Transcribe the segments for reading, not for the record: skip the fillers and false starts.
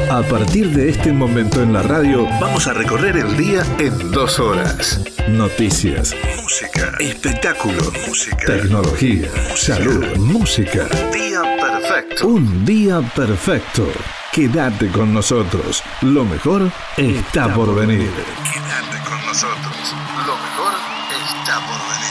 A partir de este momento en la radio, vamos a recorrer el día en 2 horas. Noticias, música, espectáculo, música, tecnología, salud, música. Día perfecto. Un día perfecto. Quédate con nosotros. Lo mejor está por venir. Quédate con nosotros. Lo mejor está por venir.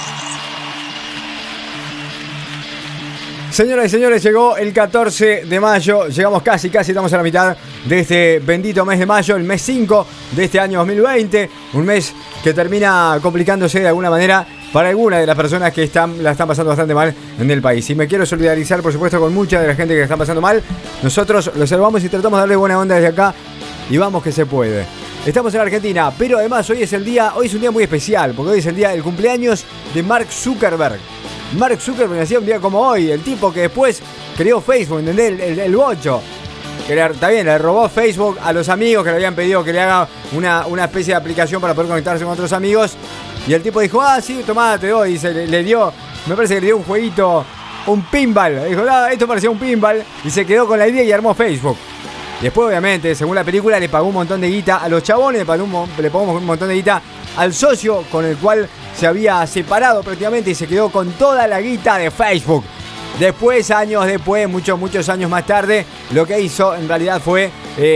Señoras y señores, llegó el 14 de mayo. Llegamos casi, estamos a la mitad de este bendito mes de mayo, el mes 5 de este año 2020. Un mes que termina complicándose de alguna manera para algunas de las personas que la están pasando bastante mal en el país. Y me quiero solidarizar, por supuesto, con mucha de la gente que la está pasando mal. Nosotros lo observamos y tratamos de darle buena onda desde acá. Y vamos que se puede. Estamos en Argentina, pero además hoy es un día muy especial, porque hoy es el cumpleaños de Mark Zuckerberg. Mark Zuckerberg nacía un día como hoy, el tipo que después creó Facebook, ¿entendés? El bocho. Está bien, le robó Facebook a los amigos que le habían pedido que le haga una especie de aplicación para poder conectarse con otros amigos. Y el tipo dijo, sí, tomá, te doy. Y le dio, me parece que le dio un jueguito, un pinball. Dijo, esto parecía un pinball. Y se quedó con la idea y armó Facebook. Después, obviamente, según la película, le pagó un montón de guita a los chabones, le pagó un montón de guita al socio con el cual se había separado prácticamente y se quedó con toda la guita de Facebook. Después, muchos años más tarde, lo que hizo en realidad fue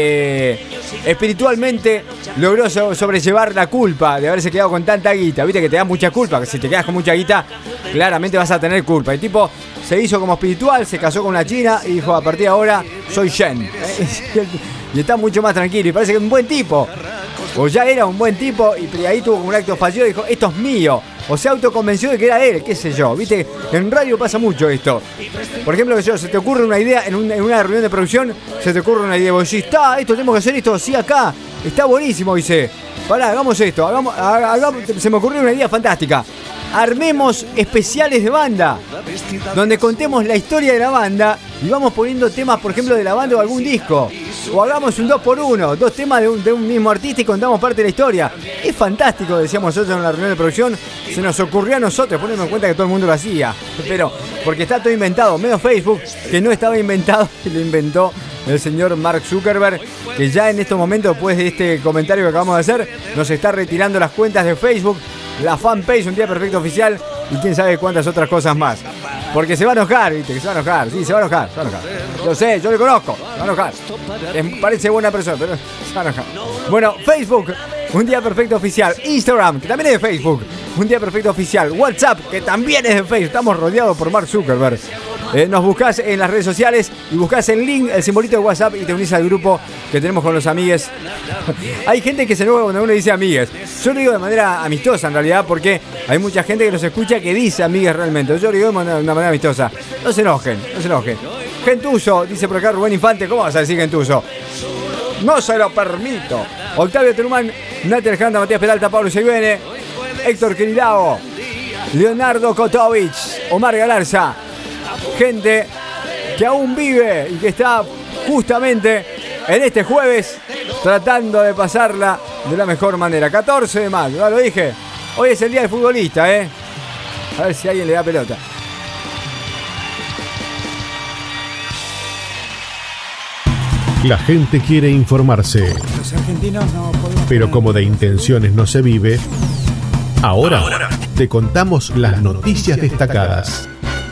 espiritualmente logró sobrellevar la culpa de haberse quedado con tanta guita. Viste que te da mucha culpa, que si te quedas con mucha guita, claramente vas a tener culpa. El tipo se hizo como espiritual, se casó con una china y dijo, a partir de ahora soy Shen. Y está mucho más tranquilo y parece que es un buen tipo. O ya era un buen tipo y ahí tuvo un acto fallido y dijo, esto es mío. O se autoconvenció de que era él, qué sé yo. Viste, en radio pasa mucho esto. Por ejemplo, se te ocurre una idea en una reunión de producción, se te ocurre una idea. Vos decís, esto tenemos que hacer esto, sí, acá. Está buenísimo, dice. Pará, hagamos esto. Se me ocurrió una idea fantástica. Armemos especiales de banda, donde contemos la historia de la banda y vamos poniendo temas, por ejemplo, de la banda o algún disco. O hagamos un 2x1, 2 temas de un mismo artista y contamos parte de la historia. Es fantástico, decíamos nosotros en la reunión de producción. Se nos ocurrió a nosotros, ponemos en cuenta que todo el mundo lo hacía. Pero, porque está todo inventado, menos Facebook, que no estaba inventado, y lo inventó el señor Mark Zuckerberg, que ya en estos momentos, después de este comentario que acabamos de hacer, nos está retirando las cuentas de Facebook, la fanpage Un Día Perfecto Oficial y quién sabe cuántas otras cosas más. Porque se va a enojar, ¿viste? Que se va a enojar. Sí, se va a enojar. Yo sé, yo le conozco. Se va a enojar. Parece buena persona, pero se va a enojar. Bueno, Facebook, Un Día Perfecto Oficial. Instagram, que también es de Facebook, Un Día Perfecto Oficial. WhatsApp, que también es de Facebook. Estamos rodeados por Mark Zuckerberg. Nos buscás en las redes sociales y buscás el link, el simbolito de WhatsApp y te unís al grupo que tenemos con los amigues. Hay gente que se enoja cuando uno dice amigues. Yo lo digo de manera amistosa en realidad, porque hay mucha gente que nos escucha que dice amigues realmente. Yo lo digo de una manera amistosa. No se enojen. Gentuso, dice por acá Rubén Infante. ¿Cómo vas a decir Gentuso? No se lo permito. Octavio Terumán, Nati Alejandra, Matías Peralta, Pablo Seguene, Héctor Queridao, Leonardo Kotovich, Omar Galarza. Gente que aún vive y que está justamente en este jueves tratando de pasarla de la mejor manera. 14 de mayo, ya lo dije. Hoy es el día del futbolista, A ver si alguien le da pelota. La gente quiere informarse. Los argentinos no podemos... Pero como de intenciones no se vive, ahora te contamos las noticias destacadas.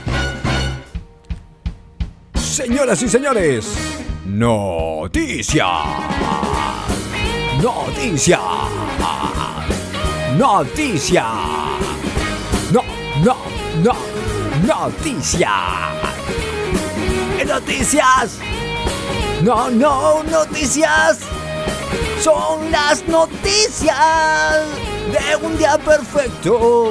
Señoras y señores, noticia. Noticia. Noticia. Noticia. Noticias. Noticias. Son las noticias de Un Día Perfecto.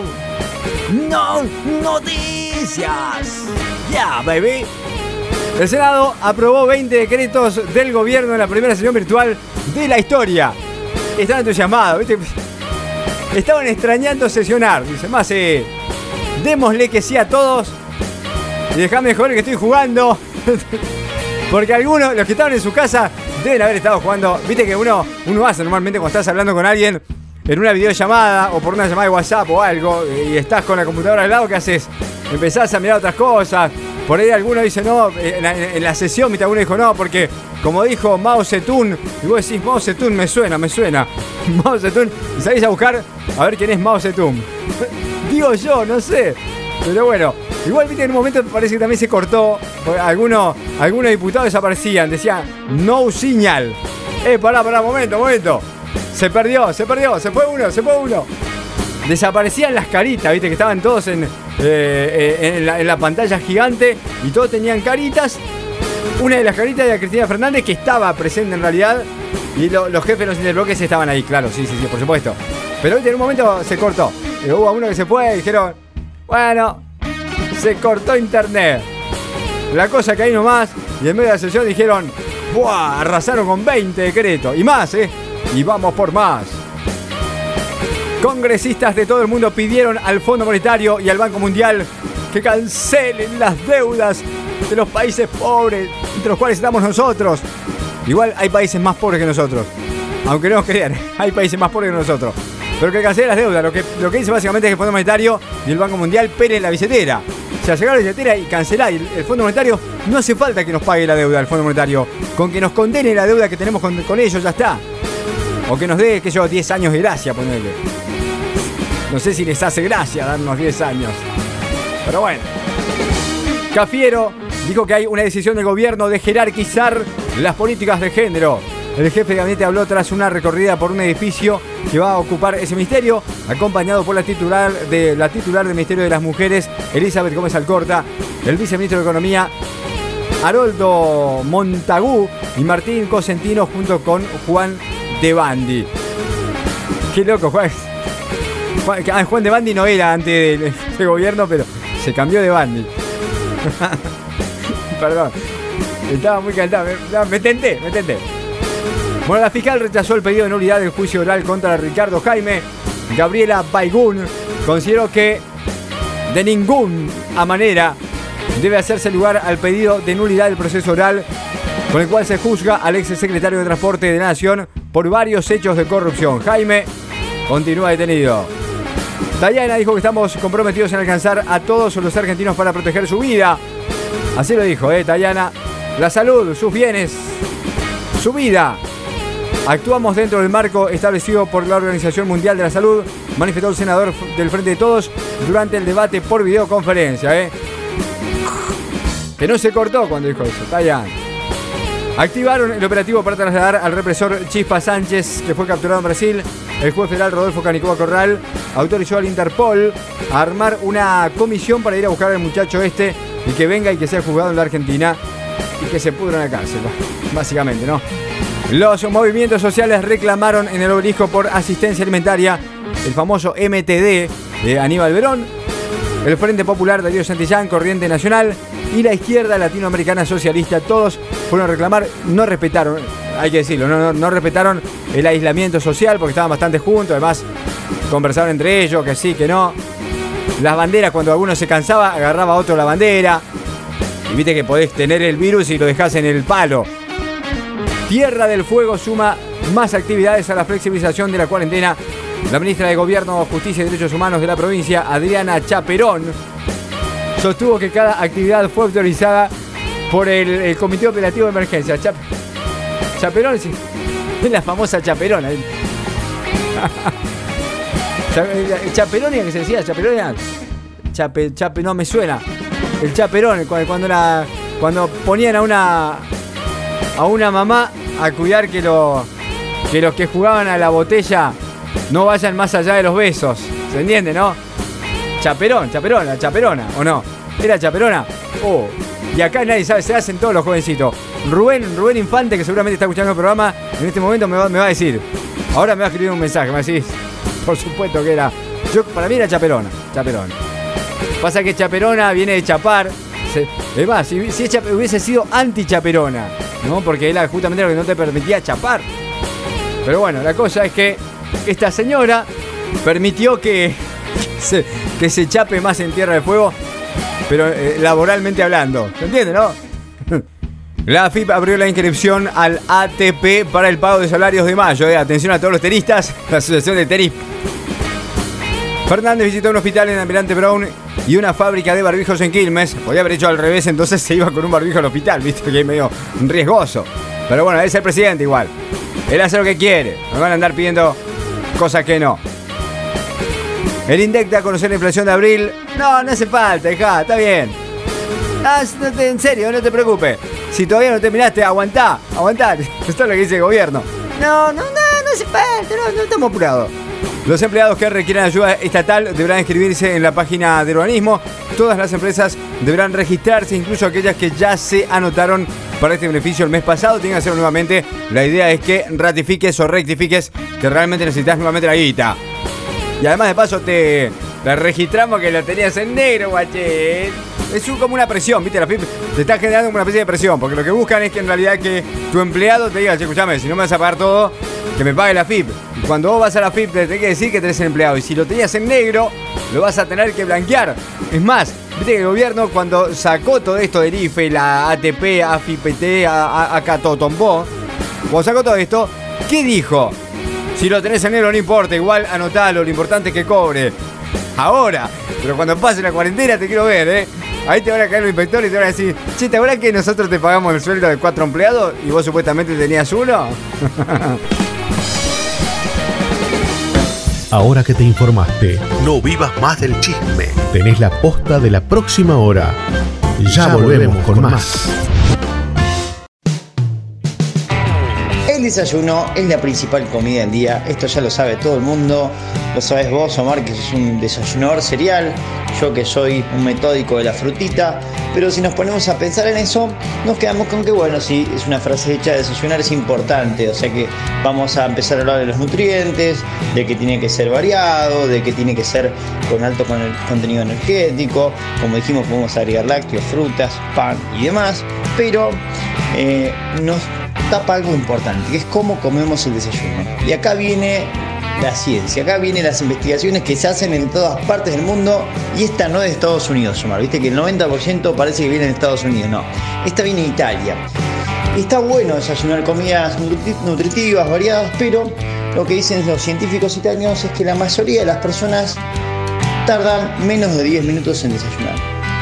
Noticias. Yeah, baby. El Senado aprobó 20 decretos del gobierno en la primera sesión virtual de la historia. Estaban entusiasmados, ¿viste? Estaban extrañando sesionar. Dice, más démosle que sí a todos y dejame joder que estoy jugando. Porque algunos, los que estaban en su casa, deben haber estado jugando. Viste que uno hace normalmente cuando estás hablando con alguien en una videollamada o por una llamada de WhatsApp o algo y estás con la computadora al lado, ¿qué haces? Empezás a mirar otras cosas. Por ahí alguno dice no, en la sesión, ¿viste? Alguno dijo no, porque como dijo Mao Zedong, y vos decís Mao Zedong, me suena. Mao Zedong, y salís a buscar a ver quién es Mao Zedong. Digo yo, no sé. Pero bueno, igual viste en un momento parece que también se cortó. Algunos diputados desaparecían, decían no señal. Pará, momento. Se perdió, se fue uno. Desaparecían las caritas, viste que estaban todos en la pantalla gigante y todos tenían caritas. Una de las caritas era Cristina Fernández, que estaba presente en realidad, y los jefes de los interbloques estaban ahí, claro, sí, por supuesto. Pero en un momento se cortó. Hubo uno que se fue y dijeron, bueno, se cortó internet. La cosa que ahí nomás, y en medio de la sesión dijeron, ¡buah! Arrasaron con 20 decretos, y más, y vamos por más. Congresistas de todo el mundo pidieron al Fondo Monetario y al Banco Mundial que cancelen las deudas de los países pobres, entre los cuales estamos nosotros. Igual hay países más pobres que nosotros, aunque no crean, hay países más pobres que nosotros. Pero que cancelen las deudas, lo que dice básicamente es que el Fondo Monetario y el Banco Mundial pelen la billetera. O sea, sacar la billetera y cancelar. Y el Fondo Monetario, no hace falta que nos pague la deuda el Fondo Monetario. Con que nos condene la deuda que tenemos con ellos, ya está. O que nos dé, 10 años de gracia, ponerle. No sé si les hace gracia darnos 10 años. Pero bueno. Cafiero dijo que hay una decisión del gobierno de jerarquizar las políticas de género. El jefe de gabinete habló tras una recorrida por un edificio que va a ocupar ese ministerio, acompañado por la titular del Ministerio de las Mujeres, Elizabeth Gómez Alcorta, el viceministro de Economía, Haroldo Montagu, y Martín Cosentino, junto con Juan de Bandi. Qué loco, Juan de Bandi no era antes del gobierno, pero se cambió de Bandi. Perdón, estaba muy calentado, me tenté. Bueno, la fiscal rechazó el pedido de nulidad del juicio oral contra Ricardo Jaime. Gabriela Baigún consideró que de ninguna manera debe hacerse lugar al pedido de nulidad del proceso oral con el cual se juzga al ex secretario de Transporte de la Nación por varios hechos de corrupción. Jaime continúa detenido. Dayana dijo que estamos comprometidos en alcanzar a todos los argentinos para proteger su vida. Así lo dijo, Dayana. La salud, sus bienes, su vida. Actuamos dentro del marco establecido por la Organización Mundial de la Salud, manifestó el senador del Frente de Todos durante el debate por videoconferencia. Que no se cortó cuando dijo eso, Dayana. Activaron el operativo para trasladar al represor Chispa Sánchez, que fue capturado en Brasil. El juez federal Rodolfo Canicoba Corral autorizó al Interpol a armar una comisión para ir a buscar al muchacho y que venga y que sea juzgado en la Argentina y que se pudra en la cárcel, básicamente, ¿no? Los movimientos sociales reclamaron en el obelisco por asistencia alimentaria, el famoso MTD de Aníbal Verón, el Frente Popular Darío Santillán, Corriente Nacional y la izquierda latinoamericana socialista. Todos fueron a reclamar, no respetaron, hay que decirlo, no respetaron el aislamiento social porque estaban bastante juntos, además conversaron entre ellos, que sí, que no. Las banderas, cuando alguno se cansaba, agarraba a otro la bandera. Y viste que podés tener el virus y lo dejás en el palo. Tierra del Fuego suma más actividades a la flexibilización de la cuarentena. La ministra de Gobierno, Justicia y Derechos Humanos de la provincia, Adriana Chaperón, sostuvo que cada actividad fue autorizada por el Comité Operativo de Emergencia. Chaperón, sí, es la famosa Chaperona. Chaperonia, que se decía, Chaperonia. Chape, no me suena. El chaperón, cuando ponían a una mamá a cuidar que los que jugaban a la botella no vayan más allá de los besos. ¿Se entiende, no? Chaperona, ¿o no? ¿Era chaperona? Oh, y acá nadie sabe, se hacen todos los jovencitos. Rubén Infante, que seguramente está escuchando el programa, en este momento me va a decir. Ahora me va a escribir un mensaje, me va a decir, por supuesto que era. Para mí era chaperona. Pasa que chaperona viene de chapar. Es más, si hubiese sido anti-chaperona, ¿no? Porque era justamente lo que no te permitía chapar. Pero bueno, la cosa es que esta señora permitió que se chape más en Tierra del Fuego, pero laboralmente hablando. ¿Se entiende, no? La AFIP abrió la inscripción al ATP para el pago de salarios de mayo. Atención a todos los tenistas. La Asociación de Tenis Fernández visitó un hospital en Almirante Brown y una fábrica de barbijos en Quilmes. Podía haber hecho al revés, entonces se iba con un barbijo al hospital, viste que es medio riesgoso. Pero bueno, él es el presidente igual. Él hace lo que quiere. No van a andar pidiendo cosas que no. El INDEC da a conocer la inflación de abril. No hace falta, hija, está bien. En serio, no te preocupes. Si todavía no terminaste, aguantá. Esto es lo que dice el gobierno. No hace falta, no estamos apurados. Los empleados que requieran ayuda estatal deberán inscribirse en la página de urbanismo. Todas las empresas deberán registrarse, incluso aquellas que ya se anotaron para este beneficio el mes pasado. Tienen que hacerlo nuevamente. La idea es que ratifiques o rectifiques que realmente necesitas nuevamente la guita. Y además de paso te registramos que lo tenías en negro, guachín. Es como una presión, ¿viste? La FIP te está generando como una especie de presión, porque lo que buscan es que en realidad que tu empleado te diga, che, escuchame, si no me vas a pagar todo, que me pague la FIP. Y cuando vos vas a la FIP te tenés que decir que tenés el empleado. Y si lo tenías en negro, lo vas a tener que blanquear. Es más, viste que el gobierno cuando sacó todo esto del IFE, la ATP, AFIPT, Acatotombó, cuando sacó todo esto, ¿qué dijo? Si lo tenés en negro no importa, igual anotalo, lo importante es que cobre. Ahora, pero cuando pase la cuarentena te quiero ver, ¿eh? Ahí te van a caer los inspectores y te van a decir, che, ¿te acuerdas que nosotros te pagamos el sueldo de 4 empleados y vos supuestamente tenías uno? Ahora que te informaste, No vivas más del chisme. tenés la posta de la próxima hora. Ya volvemos con más. El desayuno es la principal comida del día, esto ya lo sabe todo el mundo, lo sabes vos, Omar, que sos un desayunador serial, yo que soy un metódico de la frutita, pero si nos ponemos a pensar en eso, nos quedamos con que bueno, sí, es una frase hecha, desayunar es importante, o sea que vamos a empezar a hablar de los nutrientes, de que tiene que ser variado, de que tiene que ser con alto contenido energético, como dijimos podemos agregar lácteos, frutas, pan y demás, pero nos tapa algo importante, que es cómo comemos el desayuno. Y acá viene la ciencia, acá vienen las investigaciones que se hacen en todas partes del mundo, y esta no es de Estados Unidos, Omar, viste que el 90% parece que viene de Estados Unidos, no, esta viene de Italia. Y está bueno desayunar comidas nutritivas, variadas, pero lo que dicen los científicos italianos es que la mayoría de las personas tardan menos de 10 minutos en desayunar.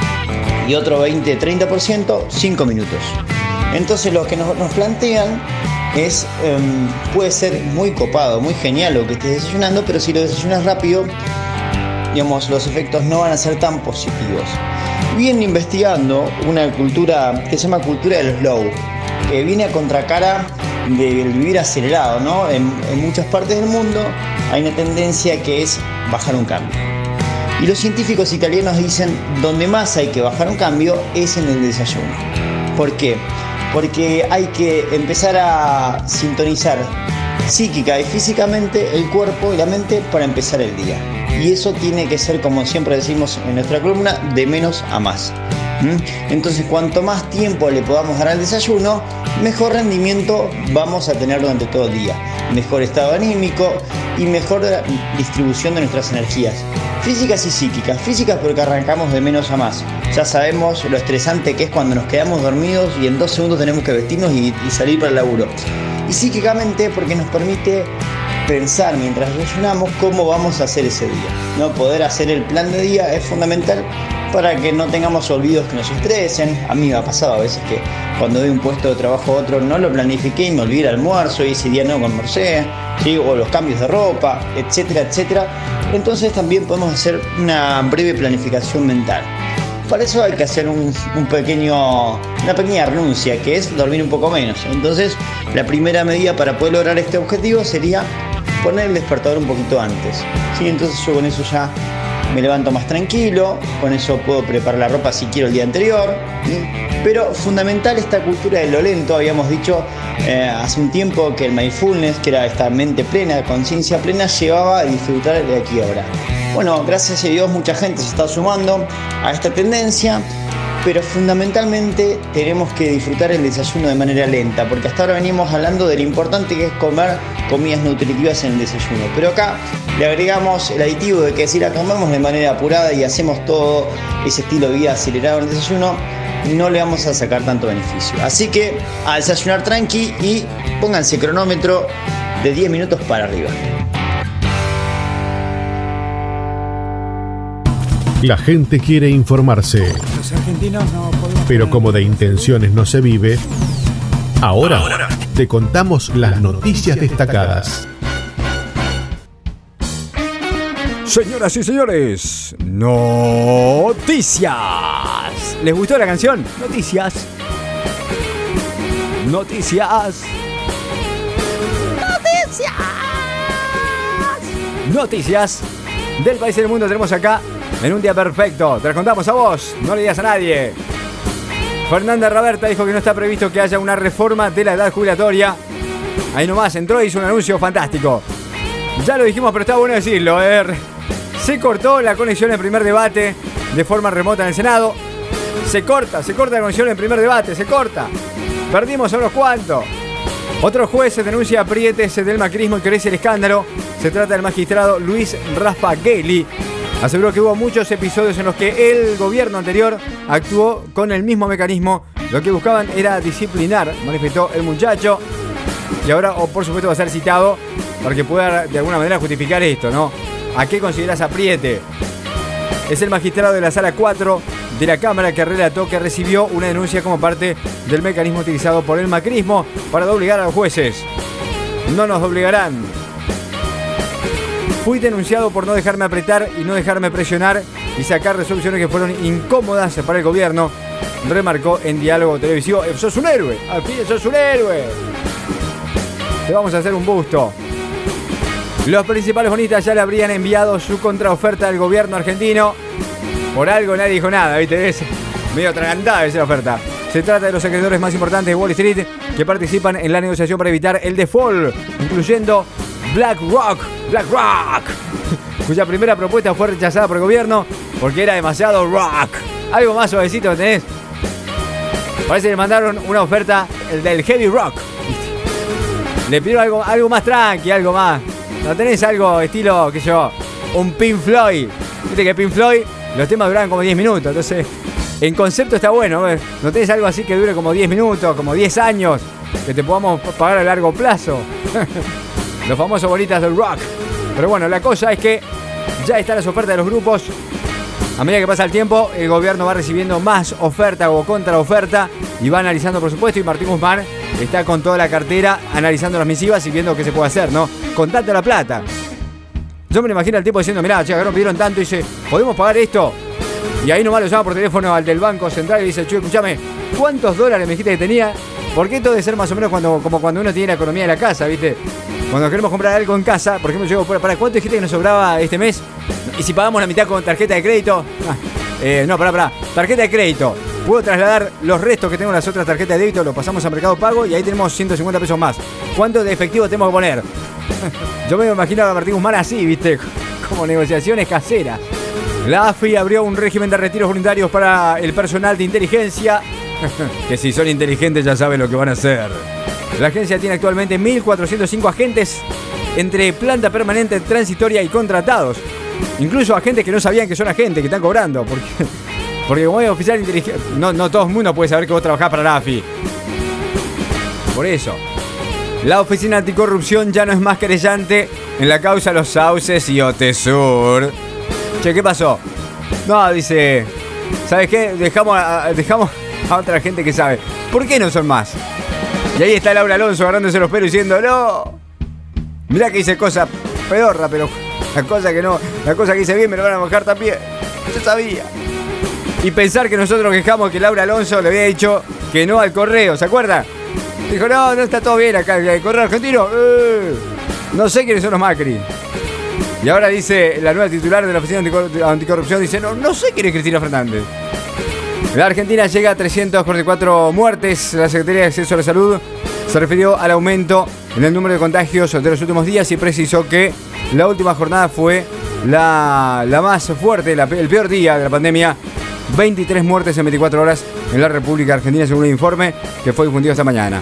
Y otro 20-30%, 5 minutos. Entonces lo que nos plantean es, puede ser muy copado, muy genial lo que estés desayunando, pero si lo desayunas rápido, digamos, los efectos no van a ser tan positivos. Vienen investigando una cultura que se llama cultura del slow, que viene a contracara del vivir acelerado, ¿no? En muchas partes del mundo hay una tendencia que es bajar un cambio. Y los científicos italianos dicen, donde más hay que bajar un cambio es en el desayuno. ¿Por qué? Porque hay que empezar a sintonizar psíquica y físicamente el cuerpo y la mente para empezar el día. Y eso tiene que ser, como siempre decimos en nuestra columna, de menos a más. Entonces, cuanto más tiempo le podamos dar al desayuno, mejor rendimiento vamos a tener durante todo el día. Mejor estado anímico y mejor distribución de nuestras energías. Físicas y psíquicas. Físicas porque arrancamos de menos a más. Ya sabemos lo estresante que es cuando nos quedamos dormidos y en 2 segundos tenemos que vestirnos y salir para el laburo. Y psíquicamente porque nos permite pensar mientras desayunamos cómo vamos a hacer ese día. ¿No? Poder hacer el plan de día es fundamental para que no tengamos olvidos que nos estresen. A mí me ha pasado a veces que cuando doy un puesto de trabajo a otro no lo planifiqué y me olvidé el almuerzo y ese día no almorcé, ¿sí? O los cambios de ropa, etcétera, etcétera. Entonces también podemos hacer una breve planificación mental. Para eso hay que hacer una pequeña renuncia, que es dormir un poco menos. Entonces la primera medida para poder lograr este objetivo sería poner el despertador un poquito antes, ¿sí? Entonces yo con eso ya me levanto más tranquilo, con eso puedo preparar la ropa si quiero el día anterior, ¿sí? Pero fundamental esta cultura de lo lento. Habíamos dicho hace un tiempo que el mindfulness, que era esta mente plena, conciencia plena, llevaba a disfrutar de aquí y ahora. Bueno, gracias a Dios mucha gente se está sumando a esta tendencia, pero fundamentalmente tenemos que disfrutar el desayuno de manera lenta, porque hasta ahora venimos hablando de lo importante que es comer comidas nutritivas en el desayuno, pero acá le agregamos el aditivo de que si la comemos de manera apurada y hacemos todo ese estilo de vida acelerado en el desayuno, no le vamos a sacar tanto beneficio. Así que a desayunar tranqui y pónganse cronómetro de 10 minutos para arriba. La gente quiere informarse, Los argentinos no podemos... pero como de intenciones no se vive, ahora te contamos las noticias destacadas. Señoras y señores, noticias. ¿Les gustó la canción? Noticias. Noticias. Noticias del país y del mundo tenemos acá en un día perfecto. Te las contamos a vos, no le digas a nadie. Fernanda Raberta dijo que no está previsto que haya una reforma de la edad jubilatoria. Ahí nomás entró y hizo un anuncio fantástico. Ya lo dijimos, pero está bueno decirlo. Se cortó la conexión en primer debate de forma remota en el Senado. Se corta la conexión en primer debate, se corta. Perdimos a unos cuantos. Otro juez denuncia aprietes del macrismo y crece el escándalo. Se trata del magistrado Luis Raffagelli. Aseguró que hubo muchos episodios en los que el gobierno anterior actuó con el mismo mecanismo. Lo que buscaban era disciplinar, manifestó el muchacho. Y ahora, por supuesto, va a ser citado para que pueda de alguna manera justificar esto, ¿no? ¿A qué consideras apriete? Es el magistrado de la Sala 4 de la Cámara que relató que recibió una denuncia como parte del mecanismo utilizado por el macrismo para doblegar a los jueces. No nos doblegarán. Fui denunciado por no dejarme apretar y no dejarme presionar y sacar resoluciones que fueron incómodas para el gobierno, remarcó en diálogo televisivo. ¡Sos un héroe! ¡Al fin sos un héroe! Te vamos a hacer un busto. Los principales bonistas ya le habrían enviado su contraoferta al gobierno argentino. Por algo nadie dijo nada, ¿viste? Es medio atragantada esa oferta. Se trata de los acreedores más importantes de Wall Street que participan en la negociación para evitar el default, incluyendo BlackRock, cuya primera propuesta fue rechazada por el gobierno porque era demasiado rock. Algo más suavecito tenés. Parece que le mandaron una oferta, el del heavy rock. Le pidieron algo más tranqui, algo más. ¿No tenés algo estilo, qué sé yo, un Pink Floyd? Viste que Pink Floyd, los temas duraban como 10 minutos, entonces en concepto está bueno, ¿ves? ¿No tenés algo así que dure como 10 minutos, como 10 años, que te podamos pagar a largo plazo? Los famosos bolitas del rock. Pero bueno, la cosa es que ya están las ofertas de los grupos. A medida que pasa el tiempo, el gobierno va recibiendo más oferta o contraoferta y va analizando por supuesto, y Martín Guzmán está con toda la cartera analizando las misivas y viendo qué se puede hacer, ¿no? Con tanta la plata. Yo me lo imagino al tipo diciendo, mirá, che, pidieron tanto, y dice, ¿podemos pagar esto? Y ahí nomás lo llama por teléfono al del Banco Central y dice, che, escúchame, ¿cuántos dólares me dijiste que tenía? Porque esto debe ser más o menos como cuando uno tiene la economía de la casa, ¿viste? Cuando queremos comprar algo en casa, por ejemplo, yo digo, ¿para cuánto dijiste que nos sobraba este mes? ¿Y si pagamos la mitad con tarjeta de crédito? No, pará. Tarjeta de crédito. Puedo trasladar los restos que tengo en las otras tarjetas de débito, lo pasamos a Mercado Pago y ahí tenemos 150 pesos más. ¿Cuánto de efectivo tenemos que poner? Yo me imagino a Martín Guzmán así, ¿viste? Como negociaciones caseras. La AFI abrió un régimen de retiros voluntarios para el personal de inteligencia. Que si son inteligentes ya saben lo que van a hacer. La agencia tiene actualmente 1.405 agentes entre planta permanente, transitoria y contratados. Incluso agentes que no sabían que son agentes, que están cobrando. Porque como es oficial de inteligencia, no todo el mundo puede saber que vos trabajás para la AFI. Por eso. La Oficina Anticorrupción ya no es más querellante en la causa Los Sauces y Otesur. Che, ¿qué pasó? No, dice, ¿sabes qué? Dejamos a otra gente que sabe. ¿Por qué no son más? Y ahí está Laura Alonso agarrándose los pelos diciendo, no. Mirá que hice cosa pedorra, pero la cosa que hice bien me lo van a mojar también. Yo sabía. Y pensar que nosotros quejamos que Laura Alonso le había dicho que no al correo, ¿se acuerdan? Dijo, no está todo bien acá, el correo argentino. No sé quiénes son los Macri. Y ahora dice la nueva titular de la Oficina Anticorrupción, dice, no sé quién es Cristina Fernández. La Argentina llega a 344 muertes. La Secretaría de Acceso a la Salud se refirió al aumento en el número de contagios de los últimos días y precisó que la última jornada fue la más fuerte, el peor día de la pandemia. 23 muertes en 24 horas en la República Argentina, según un informe que fue difundido esta mañana.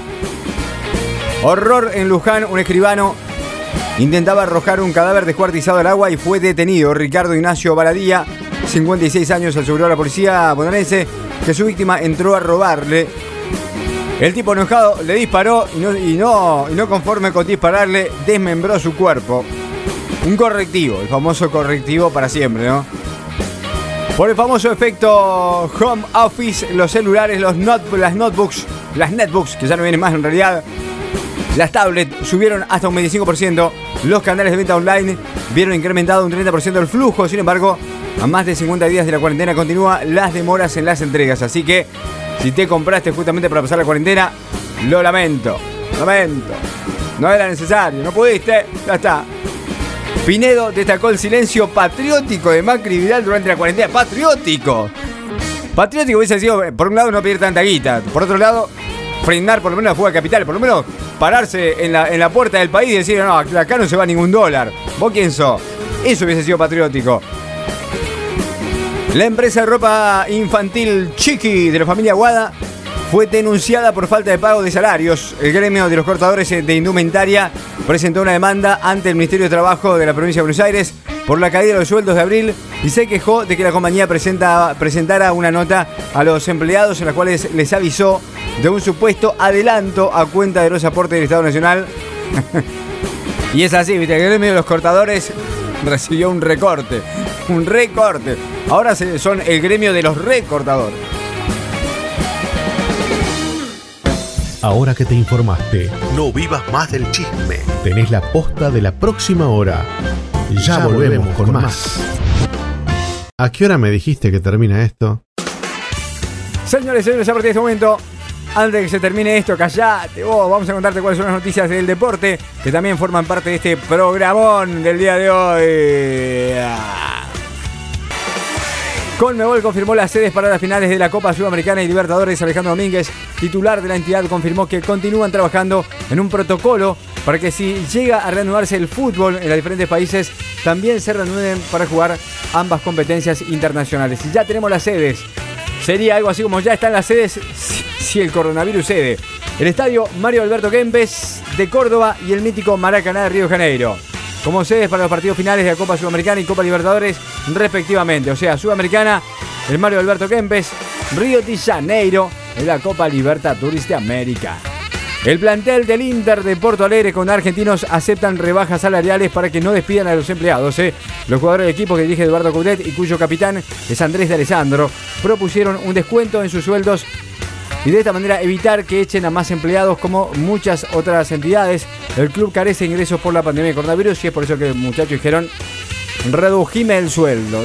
Horror en Luján, un escribano intentaba arrojar un cadáver descuartizado al agua y fue detenido. Ricardo Ignacio Baladía, 56 años, aseguró a la policía bonaerense que su víctima entró a robarle. El tipo enojado le disparó y no conforme con dispararle, desmembró su cuerpo. Un correctivo, el famoso correctivo para siempre, ¿no? Por el famoso efecto home office, los celulares, las netbooks, que ya no vienen más en realidad, las tablets subieron hasta un 25%, los canales de venta online vieron incrementado un 30% el flujo. Sin embargo, a más de 50 días de la cuarentena continúan las demoras en las entregas, así que si te compraste justamente para pasar la cuarentena, lo lamento, no era necesario, no pudiste, ya está. Pinedo destacó el silencio patriótico de Macri y Vidal durante la cuarentena. ¡Patriótico! Patriótico hubiese sido, por un lado, no pedir tanta guita. Por otro lado, frenar por lo menos la fuga de capital. Por lo menos pararse en la puerta del país y decir, no, acá no se va ningún dólar. ¿Vos quién sos? Eso hubiese sido patriótico. La empresa de ropa infantil Chiqui de la familia Aguada fue denunciada por falta de pago de salarios. El gremio de los cortadores de indumentaria presentó una demanda ante el Ministerio de Trabajo de la provincia de Buenos Aires por la caída de los sueldos de abril y se quejó de que la compañía presentara una nota a los empleados en la cual les avisó de un supuesto adelanto a cuenta de los aportes del Estado Nacional. Y es así, ¿viste? El gremio de los cortadores recibió un recorte. Ahora son el gremio de los recortadores. Ahora que te informaste, No vivas más del chisme. tenés la posta de la próxima hora. Ya volvemos con más. ¿A qué hora me dijiste que termina esto? Señores, a partir de este momento, antes de que se termine esto, callate vos, vamos a contarte cuáles son las noticias del deporte que también forman parte de este programón del día de hoy. Conmebol confirmó las sedes para las finales de la Copa Sudamericana y Libertadores. Alejandro Domínguez, titular de la entidad, confirmó que continúan trabajando en un protocolo para que si llega a reanudarse el fútbol en los diferentes países, también se reanuden para jugar ambas competencias internacionales. Y ya tenemos las sedes. Sería algo así como ya están las sedes si el coronavirus cede. El estadio Mario Alberto Kempes de Córdoba y el mítico Maracaná de Río de Janeiro, como sedes para los partidos finales de la Copa Sudamericana y Copa Libertadores respectivamente. O sea, Sudamericana, el Mario Alberto Kempes, Río de Janeiro, en la Copa Libertadores de América. El plantel del Inter de Porto Alegre con argentinos aceptan rebajas salariales para que no despidan a los empleados. Los jugadores del equipo que dirige Eduardo Coudet y cuyo capitán es Andrés de Alessandro propusieron un descuento en sus sueldos y de esta manera evitar que echen a más empleados como muchas otras entidades. El club carece de ingresos por la pandemia de coronavirus y es por eso que los muchachos dijeron redujime el sueldo.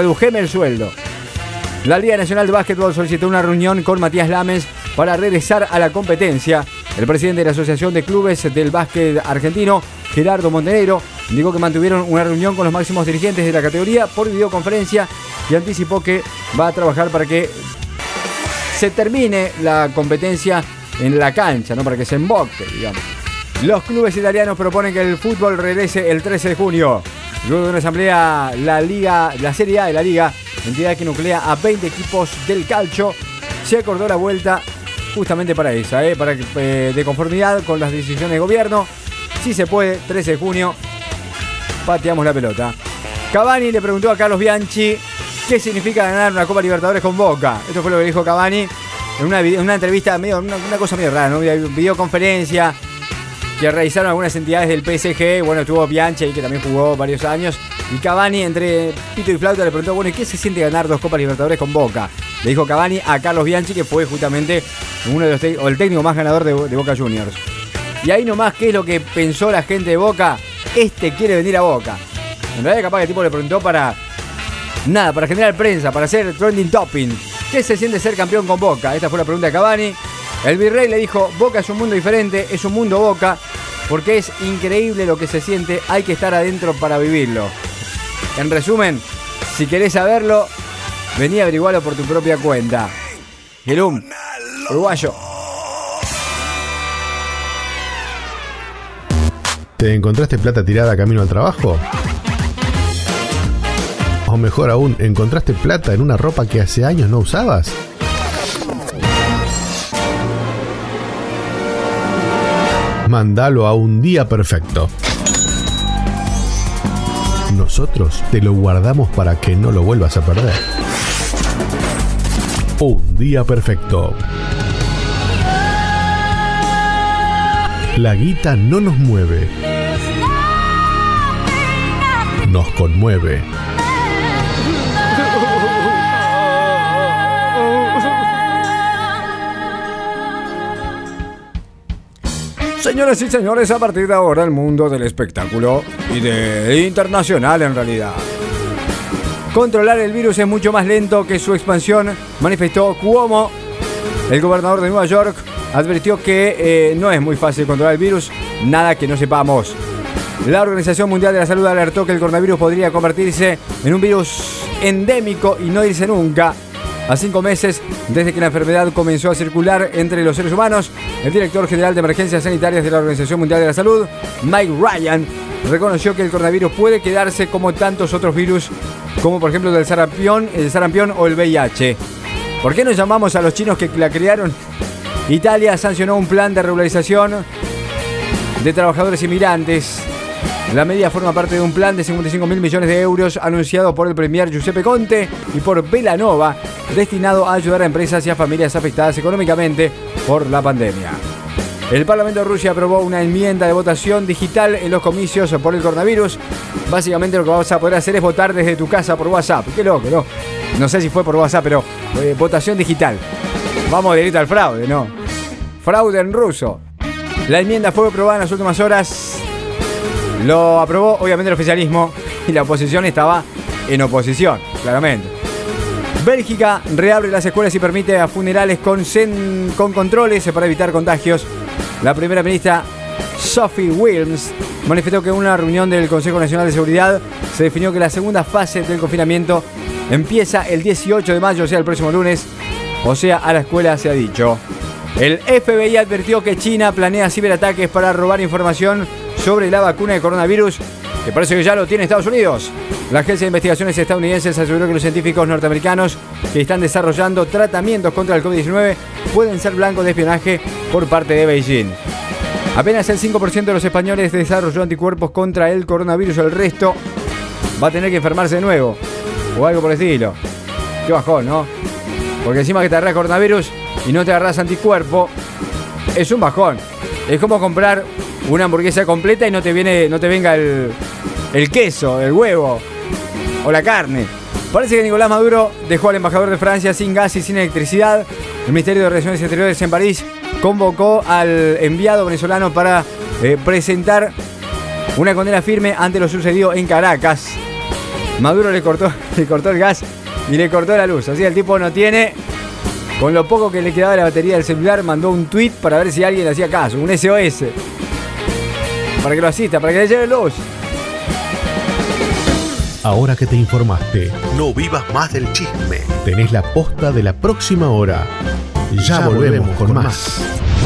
La Liga Nacional de Básquetbol solicitó una reunión con Matías Lames para regresar a la competencia. El presidente de la Asociación de Clubes del Básquet Argentino, Gerardo Montenegro, indicó que mantuvieron una reunión con los máximos dirigentes de la categoría por videoconferencia y anticipó que va a trabajar para que se termine la competencia en la cancha, ¿no? Para que se emboque, digamos. Los clubes italianos proponen que el fútbol regrese el 13 de junio. Luego de una asamblea, la Serie A de la Liga, entidad que nuclea a 20 equipos del calcio, se acordó la vuelta justamente para esa, para de conformidad con las decisiones de gobierno. Si se puede, 13 de junio, pateamos la pelota. Cavani le preguntó a Carlos Bianchi qué significa ganar una Copa Libertadores con Boca. Esto fue lo que dijo Cavani en una entrevista, una cosa medio rara, ¿no? Videoconferencia que realizaron algunas entidades del PSG. Bueno, estuvo Bianchi ahí, que también jugó varios años. Y Cavani, entre pito y flauta, le preguntó, bueno, ¿y qué se siente ganar 2 Copas Libertadores con Boca? Le dijo Cavani a Carlos Bianchi, que fue justamente uno de los el técnico más ganador de Boca Juniors. Y ahí nomás, ¿qué es lo que pensó la gente de Boca? Quiere venir a Boca. En realidad, capaz que el tipo le preguntó para generar prensa, para hacer trending topping. ¿Qué se siente ser campeón con Boca? Esta fue la pregunta de Cavani. El virrey le dijo, Boca es un mundo diferente, es un mundo Boca, porque es increíble lo que se siente, hay que estar adentro para vivirlo. En resumen, si querés saberlo, vení a averiguarlo por tu propia cuenta. Gelum, uruguayo. ¿Te encontraste plata tirada camino al trabajo? O mejor aún, ¿encontraste plata en una ropa que hace años no usabas? Mándalo a Un Día Perfecto. Nosotros te lo guardamos para que no lo vuelvas a perder. Un Día Perfecto. La guita no nos mueve. Nos conmueve. Señoras y señores, a partir de ahora el mundo del espectáculo y de internacional en realidad. Controlar el virus es mucho más lento que su expansión, manifestó Cuomo. El gobernador de Nueva York advirtió que no es muy fácil controlar el virus, nada que no sepamos. La Organización Mundial de la Salud alertó que el coronavirus podría convertirse en un virus endémico y no irse nunca. A 5 meses desde que la enfermedad comenzó a circular entre los seres humanos, el director general de Emergencias Sanitarias de la Organización Mundial de la Salud, Mike Ryan, reconoció que el coronavirus puede quedarse como tantos otros virus, como por ejemplo el sarampión o el VIH. ¿Por qué no llamamos a los chinos que la crearon? Italia sancionó un plan de regularización de trabajadores inmigrantes. La medida forma parte de un plan de 55.000 millones de euros anunciado por el premier Giuseppe Conte y por Belanova, destinado a ayudar a empresas y a familias afectadas económicamente por la pandemia. El Parlamento de Rusia aprobó una enmienda de votación digital en los comicios por el coronavirus. Básicamente lo que vas a poder hacer es votar desde tu casa por WhatsApp. Qué loco, ¿no? No sé si fue por WhatsApp, pero votación digital. Vamos directo al fraude, ¿no? Fraude en ruso. La enmienda fue aprobada en las últimas horas. Lo aprobó obviamente el oficialismo y la oposición estaba en oposición, claramente. Bélgica reabre las escuelas y permite a funerales con controles para evitar contagios. La primera ministra Sophie Wilms manifestó que en una reunión del Consejo Nacional de Seguridad se definió que la segunda fase del confinamiento empieza el 18 de mayo, o sea, el próximo lunes, o sea, a la escuela se ha dicho. El FBI advirtió que China planea ciberataques para robar información sobre la vacuna de coronavirus, que parece que ya lo tiene Estados Unidos. La Agencia de Investigaciones Estadounidenses aseguró que los científicos norteamericanos que están desarrollando tratamientos contra el COVID-19 pueden ser blancos de espionaje por parte de Beijing. Apenas el 5% de los españoles desarrolló anticuerpos contra el coronavirus, el resto va a tener que enfermarse de nuevo, o algo por el estilo. Qué bajón, ¿no? Porque encima que te agarras coronavirus y no te agarras anticuerpo, es un bajón. Es como comprar una hamburguesa completa y no te venga el queso, el huevo o la carne. Parece que Nicolás Maduro dejó al embajador de Francia sin gas y sin electricidad. El Ministerio de Relaciones Exteriores en París convocó al enviado venezolano para presentar una condena firme ante lo sucedido en Caracas. Maduro le cortó el gas y le cortó la luz. Así el tipo no tiene. Con lo poco que le quedaba de la batería del celular, mandó un tweet para ver si alguien le hacía caso, un SOS. Para que lo asista, para que le lleve luz. Ahora que te informaste, No vivas más del chisme. tenés la posta de la próxima hora. Ya volvemos con más.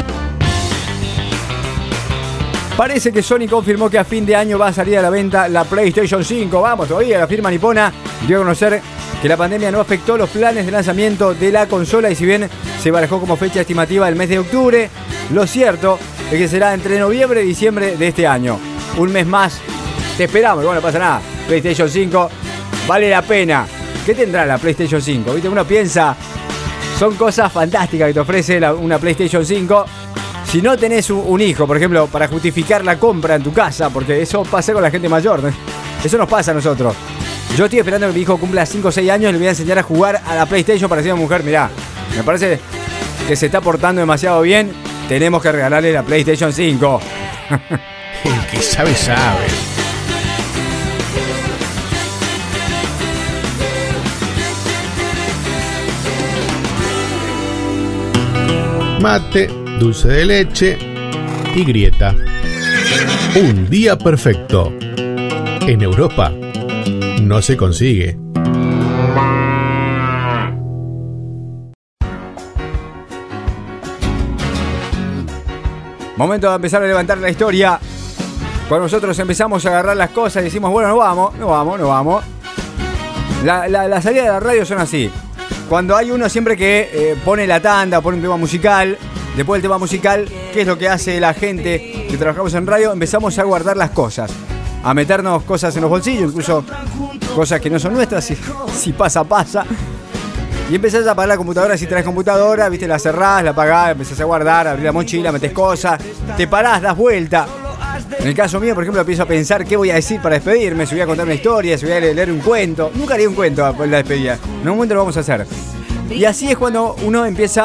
Parece que Sony confirmó que a fin de año va a salir a la venta la PlayStation 5. Vamos, todavía la firma nipona dio a conocer que la pandemia no afectó los planes de lanzamiento de la consola y si bien se barajó como fecha estimativa el mes de octubre, lo cierto es que será entre noviembre y diciembre de este año. Un mes más, te esperamos, bueno, no pasa nada. PlayStation 5 vale la pena. ¿Qué tendrá la PlayStation 5? ¿Viste? Uno piensa, son cosas fantásticas que te ofrece una PlayStation 5. Si no tenés un hijo, por ejemplo, para justificar la compra en tu casa, porque eso pasa con la gente mayor, ¿no? Eso nos pasa a nosotros. Yo estoy esperando que mi hijo cumpla 5 o 6 años y le voy a enseñar a jugar a la PlayStation para decirle a mi mujer, mirá, me parece que se está portando demasiado bien, tenemos que regalarle la PlayStation 5. El que sabe, sabe. Mate, dulce de leche y grieta. Un día perfecto. En Europa no se consigue. Momento de empezar a levantar la historia. Cuando nosotros empezamos a agarrar las cosas y decimos, bueno, no vamos. La salida de la radio son así. Cuando hay uno siempre que pone la tanda, pone un tema musical, después del tema musical, ¿qué es lo que hace la gente que trabajamos en radio? Empezamos a guardar las cosas, a meternos cosas en los bolsillos, incluso cosas que no son nuestras, si pasa. Y empezás a apagar la computadora, si traes computadora, viste, la cerrás, la apagás, empezás a guardar, abrir la mochila, metés cosas, te parás, das vuelta. En el caso mío, por ejemplo, empiezo a pensar qué voy a decir para despedirme, si voy a contar una historia, si voy a leer un cuento. Nunca haría un cuento después de la despedida. En un momento lo vamos a hacer. Y así es cuando uno empieza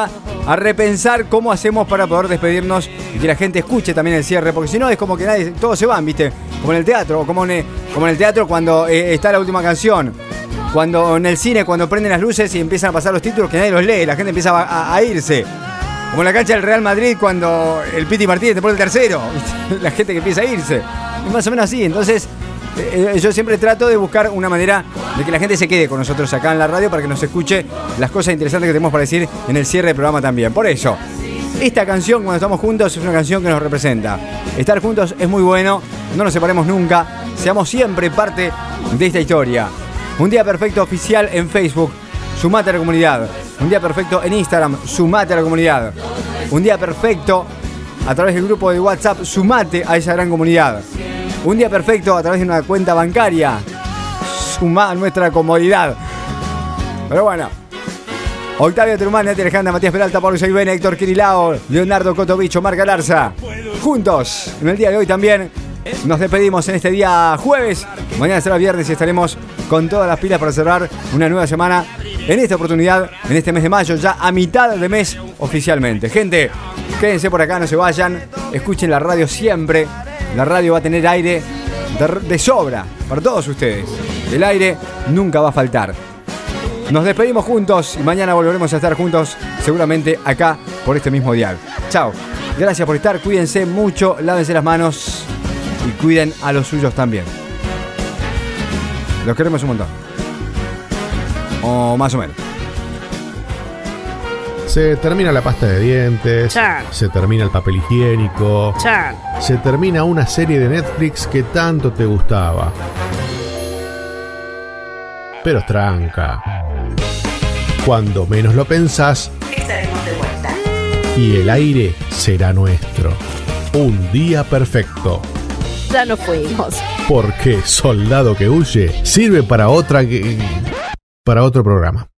a repensar cómo hacemos para poder despedirnos y que la gente escuche también el cierre, porque si no es como que todos se van, ¿viste? Como en el teatro, o como en el teatro cuando está la última canción, cuando en el cine, cuando prenden las luces y empiezan a pasar los títulos que nadie los lee, la gente empieza a irse. Como en la cancha del Real Madrid cuando el Piti Martínez te pone el tercero, ¿viste? La gente que empieza a irse. Es más o menos así, entonces yo siempre trato de buscar una manera de que la gente se quede con nosotros acá en la radio para que nos escuche las cosas interesantes que tenemos para decir en el cierre del programa también. Por eso, esta canción cuando estamos juntos es una canción que nos representa. Estar juntos es muy bueno, no nos separemos nunca, seamos siempre parte de esta historia. Un Día Perfecto oficial en Facebook, sumate a la comunidad. Un Día Perfecto en Instagram, sumate a la comunidad. Un Día Perfecto a través del grupo de WhatsApp, sumate a esa gran comunidad. Un Día Perfecto a través de una cuenta bancaria, sumá a nuestra comodidad. Pero bueno, Octavio Trumán, Nati Alejandra, Matías Peralta, Pablo Isaibén, Héctor Kirilao, Leonardo Cotovicho, Marc Galarza. Juntos, en el día de hoy también, nos despedimos en este día jueves. Mañana será viernes y estaremos con todas las pilas para cerrar una nueva semana. En esta oportunidad, en este mes de mayo, ya a mitad de mes oficialmente. Gente, quédense por acá, no se vayan. Escuchen la radio siempre. La radio va a tener aire de sobra para todos ustedes. El aire nunca va a faltar. Nos despedimos juntos y mañana volveremos a estar juntos, seguramente acá por este mismo dial. Chao. Gracias por estar. Cuídense mucho, lávense las manos y cuiden a los suyos también. Los queremos un montón. O más o menos. Se termina la pasta de dientes. Chan. Se termina el papel higiénico. Chan. Se termina una serie de Netflix que tanto te gustaba. Pero tranca. Cuando menos lo pensás, Estaremos de vuelta. y el aire será nuestro. Un día perfecto. Ya nos fuimos. Porque soldado que huye sirve para otro programa.